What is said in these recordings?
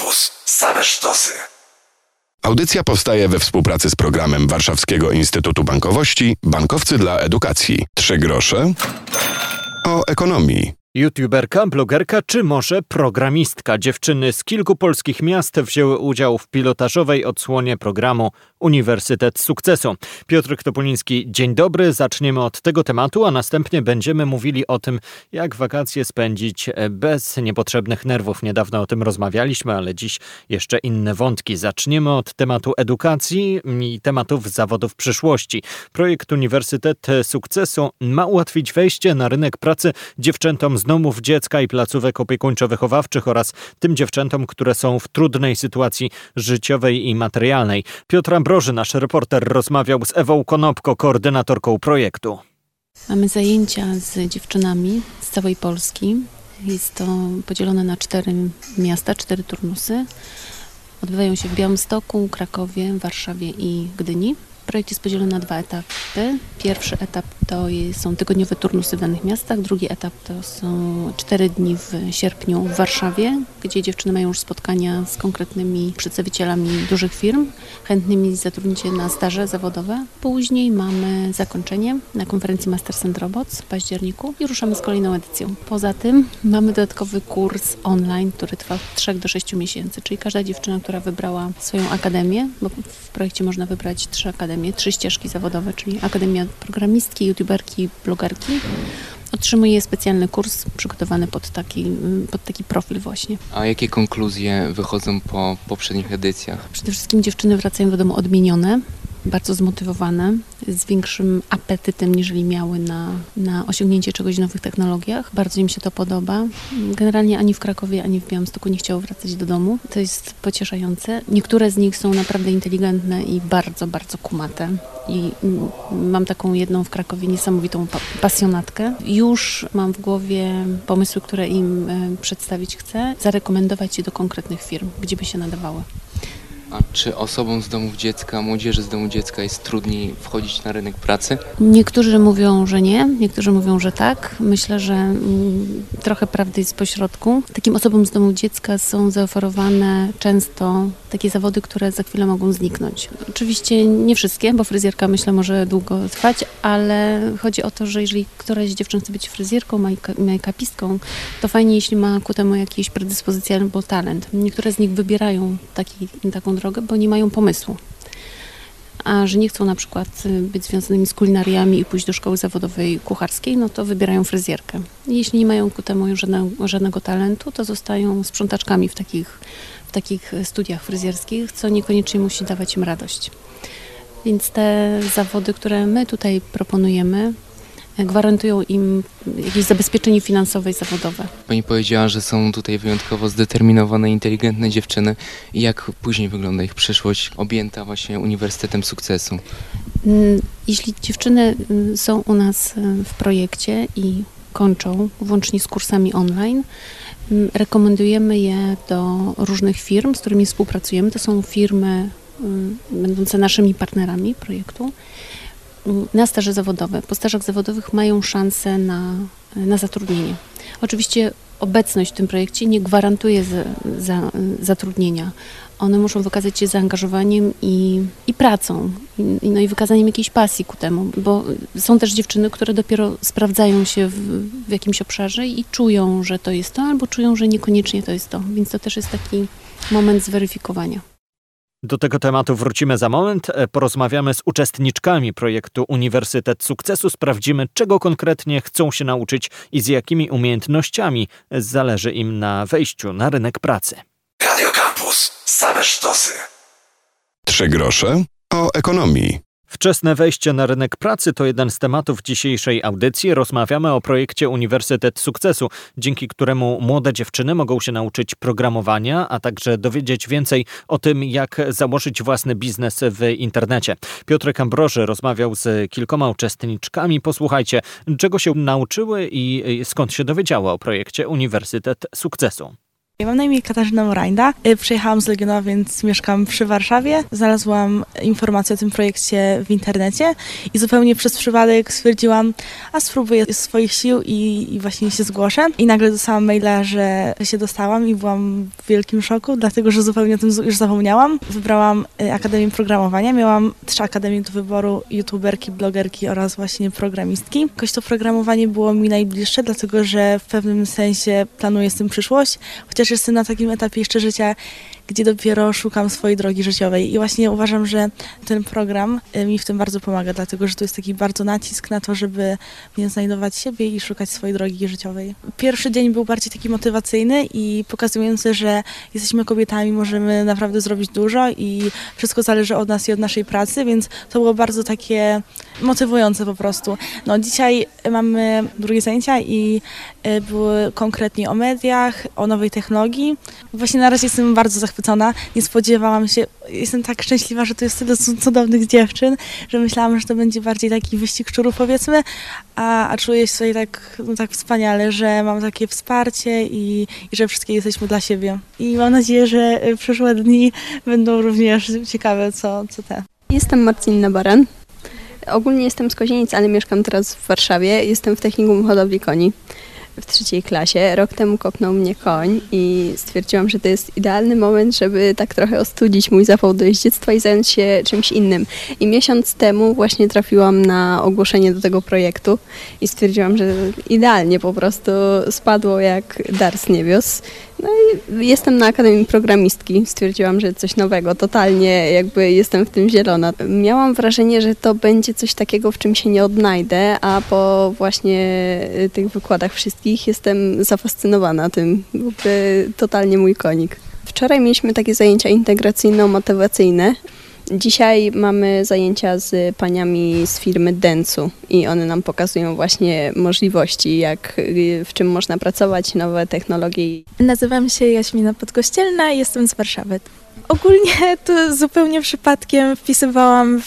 Campus. Same sztosy. Audycja powstaje we współpracy z programem Warszawskiego Instytutu Bankowości Bankowcy dla Edukacji. 3 grosze o ekonomii. YouTuberka, blogerka czy może programistka? Dziewczyny z kilku polskich miast wzięły udział w pilotażowej odsłonie programu Uniwersytet Sukcesu. Piotr Topuliński, dzień dobry. Zaczniemy od tego tematu, a następnie będziemy mówili o tym, jak wakacje spędzić bez niepotrzebnych nerwów. Niedawno o tym rozmawialiśmy, ale dziś jeszcze inne wątki. Zaczniemy od tematu edukacji i tematów zawodów przyszłości. Projekt Uniwersytet Sukcesu ma ułatwić wejście na rynek pracy dziewczętom z domów dziecka i placówek opiekuńczo-wychowawczych oraz tym dziewczętom, które są w trudnej sytuacji życiowej i materialnej. Piotr Ambroży, nasz reporter, rozmawiał z Ewą Konopko, koordynatorką projektu. Mamy zajęcia z dziewczynami z całej Polski. Jest to podzielone na 4 miasta, 4 turnusy. Odbywają się w Białymstoku, Krakowie, Warszawie i Gdyni. Projekt jest podzielony na 2 etapy. Pierwszy etap to są tygodniowe turnusy w danych miastach. Drugi etap to są 4 dni w sierpniu w Warszawie, gdzie dziewczyny mają już spotkania z konkretnymi przedstawicielami dużych firm, chętnymi zatrudnić się na staże zawodowe. Później mamy zakończenie na konferencji Masters and Robots w październiku i ruszamy z kolejną edycją. Poza tym mamy dodatkowy kurs online, który trwa od 3 do 6 miesięcy, czyli każda dziewczyna, która wybrała swoją akademię, bo w projekcie można wybrać 3 akademie, 3 ścieżki zawodowe, czyli Akademia Programistki, YouTuberki, blogerki, otrzymuje specjalny kurs przygotowany pod taki profil właśnie. A jakie konkluzje wychodzą po poprzednich edycjach? Przede wszystkim dziewczyny wracają do domu odmienione, bardzo zmotywowane, z większym apetytem, niżeli miały na osiągnięcie czegoś w nowych technologiach. Bardzo im się to podoba. Generalnie ani w Krakowie, ani w Białymstoku nie chciało wracać do domu. To jest pocieszające. Niektóre z nich są naprawdę inteligentne i bardzo, bardzo kumate. I mam taką jedną w Krakowie niesamowitą pasjonatkę. Już mam w głowie pomysły, które im przedstawić chcę, zarekomendować je do konkretnych firm, gdzie by się nadawały. A czy osobom z domów dziecka, młodzieży z domu dziecka jest trudniej wchodzić na rynek pracy? Niektórzy mówią, że nie, niektórzy mówią, że tak. Myślę, że trochę prawdy jest pośrodku. Takim osobom z domu dziecka są zaoferowane często takie zawody, które za chwilę mogą zniknąć. Oczywiście nie wszystkie, bo fryzjerka, myślę, może długo trwać, ale chodzi o to, że jeżeli któraś z dziewczyn chce być fryzjerką, make-upistką, to fajnie, jeśli ma ku temu jakieś predyspozycje albo talent. Niektóre z nich wybierają taką drogę, bo nie mają pomysłu. A że nie chcą na przykład być związanymi z kulinariami i pójść do szkoły zawodowej kucharskiej, no to wybierają fryzjerkę. Jeśli nie mają ku temu żadnego talentu, to zostają sprzątaczkami w takich studiach fryzjerskich, co niekoniecznie musi dawać im radość. Więc te zawody, które my tutaj proponujemy, gwarantują im jakieś zabezpieczenie finansowe i zawodowe. Pani powiedziała, że są tutaj wyjątkowo zdeterminowane, inteligentne dziewczyny. I jak później wygląda ich przyszłość objęta właśnie Uniwersytetem Sukcesu? Jeśli dziewczyny są u nas w projekcie i kończą, włącznie z kursami online, rekomendujemy je do różnych firm, z którymi współpracujemy. To są firmy będące naszymi partnerami projektu. Na staże zawodowe. Po stażach zawodowych mają szansę na zatrudnienie. Oczywiście obecność w tym projekcie nie gwarantuje zatrudnienia. One muszą wykazać się zaangażowaniem i pracą, i wykazaniem jakiejś pasji ku temu, bo są też dziewczyny, które dopiero sprawdzają się w jakimś obszarze i czują, że to jest to, albo czują, że niekoniecznie to jest to. Więc to też jest taki moment zweryfikowania. Do tego tematu wrócimy za moment. Porozmawiamy z uczestniczkami projektu Uniwersytet Sukcesu. Sprawdzimy, czego konkretnie chcą się nauczyć i z jakimi umiejętnościami zależy im na wejściu na rynek pracy. Radio Campus. Same sztosy. 3 grosze o ekonomii. Wczesne wejście na rynek pracy to jeden z tematów dzisiejszej audycji. Rozmawiamy o projekcie Uniwersytet Sukcesu, dzięki któremu młode dziewczyny mogą się nauczyć programowania, a także dowiedzieć więcej o tym, jak założyć własny biznes w internecie. Piotr Ambroży rozmawiał z kilkoma uczestniczkami. Posłuchajcie, czego się nauczyły i skąd się dowiedziały o projekcie Uniwersytet Sukcesu. Ja mam na imię Katarzyna Morajda. Przyjechałam z Legionowa, więc mieszkam przy Warszawie. Znalazłam informację o tym projekcie w internecie i zupełnie przez przypadek stwierdziłam, a spróbuję swoich sił i właśnie się zgłoszę. I nagle dostałam maila, że się dostałam i byłam w wielkim szoku, dlatego że zupełnie o tym już zapomniałam. Wybrałam Akademię Programowania. Miałam 3 akademie do wyboru: youtuberki, blogerki oraz właśnie programistki. Jakoś to programowanie było mi najbliższe, dlatego że w pewnym sensie planuję z tym przyszłość, chociaż jestem na takim etapie jeszcze życia, gdzie dopiero szukam swojej drogi życiowej. I właśnie uważam, że ten program mi w tym bardzo pomaga, dlatego że tu jest taki bardzo nacisk na to, żeby mnie znajdować siebie i szukać swojej drogi życiowej. Pierwszy dzień był bardziej taki motywacyjny i pokazujący, że jesteśmy kobietami, możemy naprawdę zrobić dużo i wszystko zależy od nas i od naszej pracy, więc to było bardzo takie motywujące po prostu. No, dzisiaj mamy drugie zajęcia i były konkretnie o mediach, o nowej technologii. Właśnie na razie jestem bardzo zachwycona. Nie spodziewałam się, jestem tak szczęśliwa, że tu jest tyle cudownych dziewczyn, że myślałam, że to będzie bardziej taki wyścig szczurów, powiedzmy, a czuję się tutaj tak wspaniale, że mam takie wsparcie i że wszystkie jesteśmy dla siebie. I mam nadzieję, że przyszłe dni będą również ciekawe, co te. Jestem Marcina Baran. Ogólnie jestem z Kozienic, ale mieszkam teraz w Warszawie. Jestem w Technikum Hodowli Koni w 3. klasie. Rok temu kopnął mnie koń i stwierdziłam, że to jest idealny moment, żeby tak trochę ostudzić mój zapał do jeździectwa i zająć się czymś innym. I miesiąc temu właśnie trafiłam na ogłoszenie do tego projektu i stwierdziłam, że idealnie po prostu spadło jak dar z niebios. No i jestem na Akademii Programistki. Stwierdziłam, że coś nowego, totalnie jakby jestem w tym zielona. Miałam wrażenie, że to będzie coś takiego, w czym się nie odnajdę, a po właśnie tych wykładach wszystkich jestem zafascynowana tym. Jakby totalnie mój konik. Wczoraj mieliśmy takie zajęcia integracyjno-motywacyjne. Dzisiaj mamy zajęcia z paniami z firmy Dentsu i one nam pokazują właśnie możliwości, w czym można pracować, nowe technologie. Nazywam się Jaśmina Podkościelna i jestem z Warszawy. Ogólnie to zupełnie przypadkiem wpisywałam w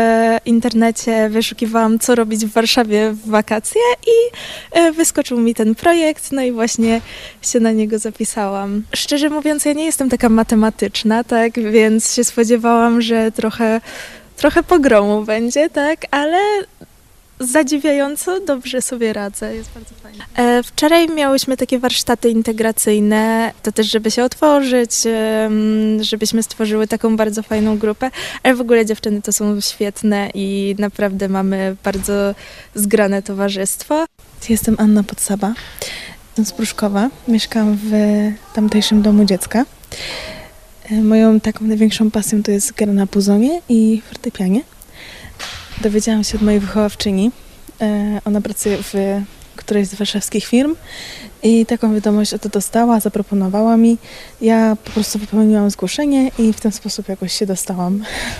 internecie, wyszukiwałam, co robić w Warszawie w wakacje i wyskoczył mi ten projekt, no i właśnie się na niego zapisałam. Szczerze mówiąc, ja nie jestem taka matematyczna, tak, więc się spodziewałam, że trochę pogromu będzie, tak, ale zadziwiająco dobrze sobie radzę, jest bardzo fajnie. Wczoraj miałyśmy takie warsztaty integracyjne, to też żeby się otworzyć, żebyśmy stworzyły taką bardzo fajną grupę, ale w ogóle dziewczyny to są świetne i naprawdę mamy bardzo zgrane towarzystwo. Jestem Anna Podsaba, jestem z Pruszkowa, mieszkam w tamtejszym domu dziecka. Moją taką największą pasją to jest gra na puzonie i fortepianie. Dowiedziałam się od mojej wychowawczyni, ona pracuje w którejś z warszawskich firm i taką wiadomość o to dostała, zaproponowała mi. Ja po prostu wypełniłam zgłoszenie i w ten sposób jakoś się dostałam.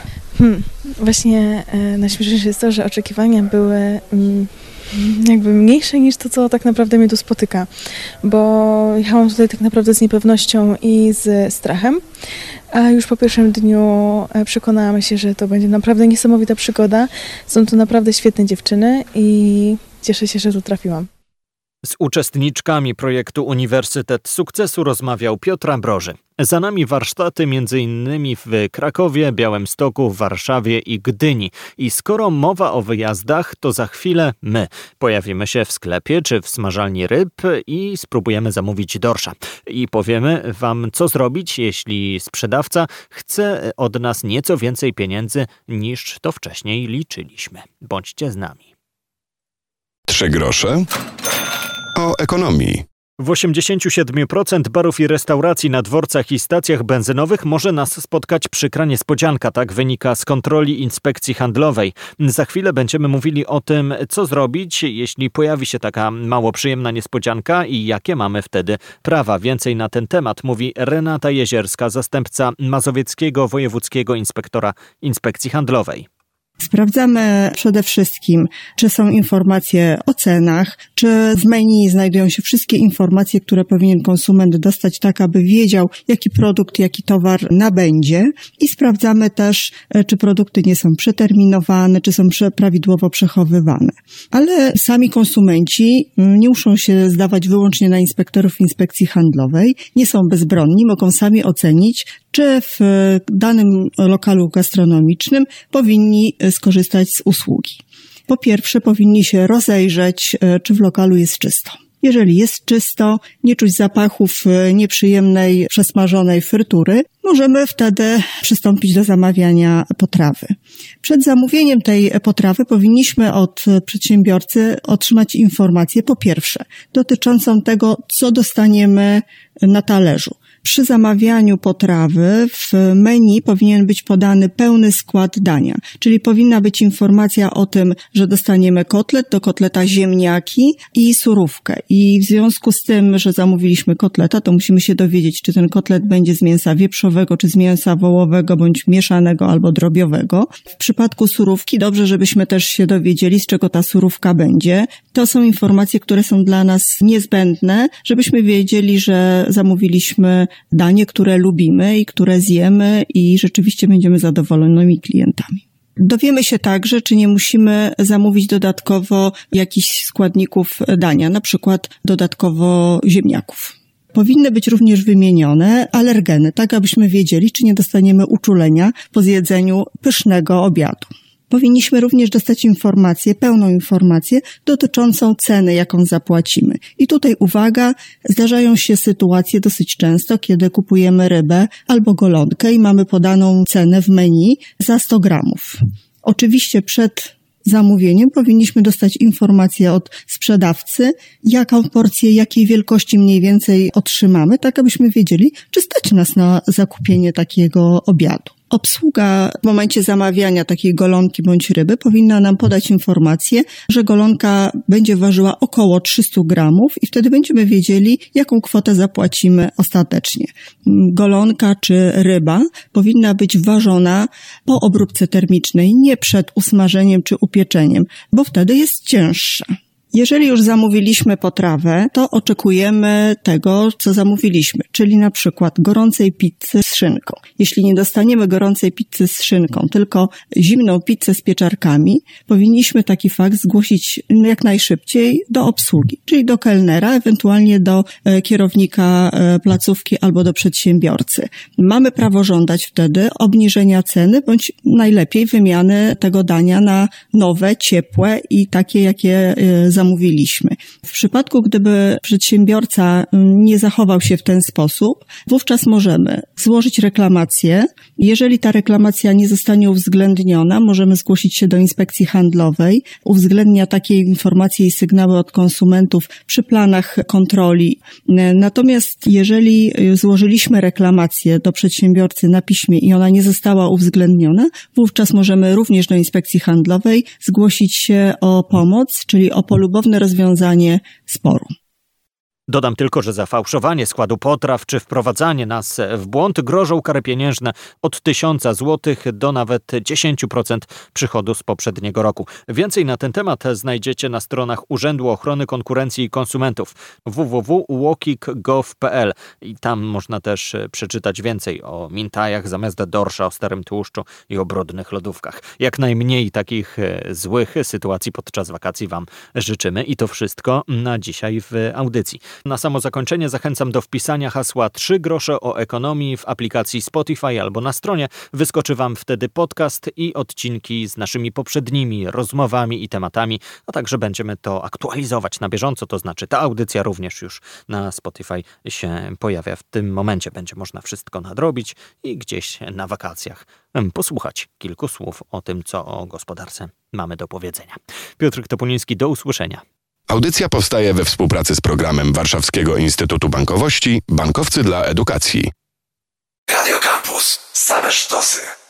Właśnie najśmieszniejsze jest to, że oczekiwania były jakby mniejsze niż to, co tak naprawdę mnie tu spotyka, bo jechałam tutaj tak naprawdę z niepewnością i z strachem, a już po pierwszym dniu przekonałam się, że to będzie naprawdę niesamowita przygoda. Są tu naprawdę świetne dziewczyny i cieszę się, że tu trafiłam. Z uczestniczkami projektu Uniwersytet Sukcesu rozmawiał Piotr Ambroży. Za nami warsztaty m.in. w Krakowie, Białymstoku, Warszawie i Gdyni. I skoro mowa o wyjazdach, to za chwilę my pojawimy się w sklepie czy w smażalni ryb i spróbujemy zamówić dorsza. I powiemy wam, co zrobić, jeśli sprzedawca chce od nas nieco więcej pieniędzy, niż to wcześniej liczyliśmy. Bądźcie z nami. 3 grosze o ekonomii. W 87% barów i restauracji na dworcach i stacjach benzynowych może nas spotkać przykra niespodzianka, tak wynika z kontroli Inspekcji Handlowej. Za chwilę będziemy mówili o tym, co zrobić, jeśli pojawi się taka mało przyjemna niespodzianka i jakie mamy wtedy prawa. Więcej na ten temat mówi Renata Jezierska, zastępca Mazowieckiego Wojewódzkiego Inspektora Inspekcji Handlowej. Sprawdzamy przede wszystkim, czy są informacje o cenach, czy w menu znajdują się wszystkie informacje, które powinien konsument dostać, tak aby wiedział, jaki produkt, jaki towar nabędzie. I sprawdzamy też, czy produkty nie są przeterminowane, czy są prawidłowo przechowywane. Ale sami konsumenci nie muszą się zdawać wyłącznie na inspektorów inspekcji handlowej, nie są bezbronni, mogą sami ocenić, czy w danym lokalu gastronomicznym powinni skorzystać z usługi. Po pierwsze, powinni się rozejrzeć, czy w lokalu jest czysto. Jeżeli jest czysto, nie czuć zapachów nieprzyjemnej, przesmażonej frytury, możemy wtedy przystąpić do zamawiania potrawy. Przed zamówieniem tej potrawy powinniśmy od przedsiębiorcy otrzymać informację, po pierwsze, dotyczącą tego, co dostaniemy na talerzu. Przy zamawianiu potrawy w menu powinien być podany pełny skład dania, czyli powinna być informacja o tym, że dostaniemy kotlet, do kotleta ziemniaki i surówkę. I w związku z tym, że zamówiliśmy kotleta, to musimy się dowiedzieć, czy ten kotlet będzie z mięsa wieprzowego, czy z mięsa wołowego, bądź mieszanego albo drobiowego. W przypadku surówki dobrze, żebyśmy też się dowiedzieli, z czego ta surówka będzie. To są informacje, które są dla nas niezbędne, żebyśmy wiedzieli, że zamówiliśmy danie, które lubimy i które zjemy i rzeczywiście będziemy zadowolonymi klientami. Dowiemy się także, czy nie musimy zamówić dodatkowo jakichś składników dania, na przykład dodatkowo ziemniaków. Powinny być również wymienione alergeny, tak abyśmy wiedzieli, czy nie dostaniemy uczulenia po zjedzeniu pysznego obiadu. Powinniśmy również dostać informację, pełną informację dotyczącą ceny, jaką zapłacimy. I tutaj uwaga, zdarzają się sytuacje dosyć często, kiedy kupujemy rybę albo golonkę i mamy podaną cenę w menu za 100 gramów. Oczywiście przed zamówieniem powinniśmy dostać informację od sprzedawcy, jaką porcję, jakiej wielkości mniej więcej otrzymamy, tak abyśmy wiedzieli, czy stać nas na zakupienie takiego obiadu. Obsługa w momencie zamawiania takiej golonki bądź ryby powinna nam podać informację, że golonka będzie ważyła około 300 gramów i wtedy będziemy wiedzieli, jaką kwotę zapłacimy ostatecznie. Golonka czy ryba powinna być ważona po obróbce termicznej, nie przed usmażeniem czy upieczeniem, bo wtedy jest cięższa. Jeżeli już zamówiliśmy potrawę, to oczekujemy tego, co zamówiliśmy, czyli na przykład gorącej pizzy z szynką. Jeśli nie dostaniemy gorącej pizzy z szynką, tylko zimną pizzę z pieczarkami, powinniśmy taki fakt zgłosić jak najszybciej do obsługi, czyli do kelnera, ewentualnie do kierownika placówki albo do przedsiębiorcy. Mamy prawo żądać wtedy obniżenia ceny, bądź najlepiej wymiany tego dania na nowe, ciepłe i takie, jakie zamówiliśmy. W przypadku, gdyby przedsiębiorca nie zachował się w ten sposób, wówczas możemy złożyć reklamację. Jeżeli ta reklamacja nie zostanie uwzględniona, możemy zgłosić się do inspekcji handlowej. Uwzględnia takie informacje i sygnały od konsumentów przy planach kontroli. Natomiast jeżeli złożyliśmy reklamację do przedsiębiorcy na piśmie i ona nie została uwzględniona, wówczas możemy również do inspekcji handlowej zgłosić się o pomoc, czyli o polubowne rozwiązanie sporu. Dodam tylko, że za fałszowanie składu potraw czy wprowadzanie nas w błąd grożą kary pieniężne od 1000 zł do nawet 10% przychodu z poprzedniego roku. Więcej na ten temat znajdziecie na stronach Urzędu Ochrony Konkurencji i Konsumentów www.uokik.gov.pl i tam można też przeczytać więcej o mintajach zamiast dorsza, o starym tłuszczu i o brudnych lodówkach. Jak najmniej takich złych sytuacji podczas wakacji Wam życzymy i to wszystko na dzisiaj w audycji. Na samo zakończenie zachęcam do wpisania hasła 3 grosze o ekonomii w aplikacji Spotify albo na stronie. Wyskoczy Wam wtedy podcast i odcinki z naszymi poprzednimi rozmowami i tematami, a także będziemy to aktualizować na bieżąco, to znaczy ta audycja również już na Spotify się pojawia. W tym momencie będzie można wszystko nadrobić i gdzieś na wakacjach posłuchać kilku słów o tym, co o gospodarce mamy do powiedzenia. Piotr Topuliński, do usłyszenia. Audycja powstaje we współpracy z programem Warszawskiego Instytutu Bankowości Bankowcy dla Edukacji. Radio Campus. Same sztosy.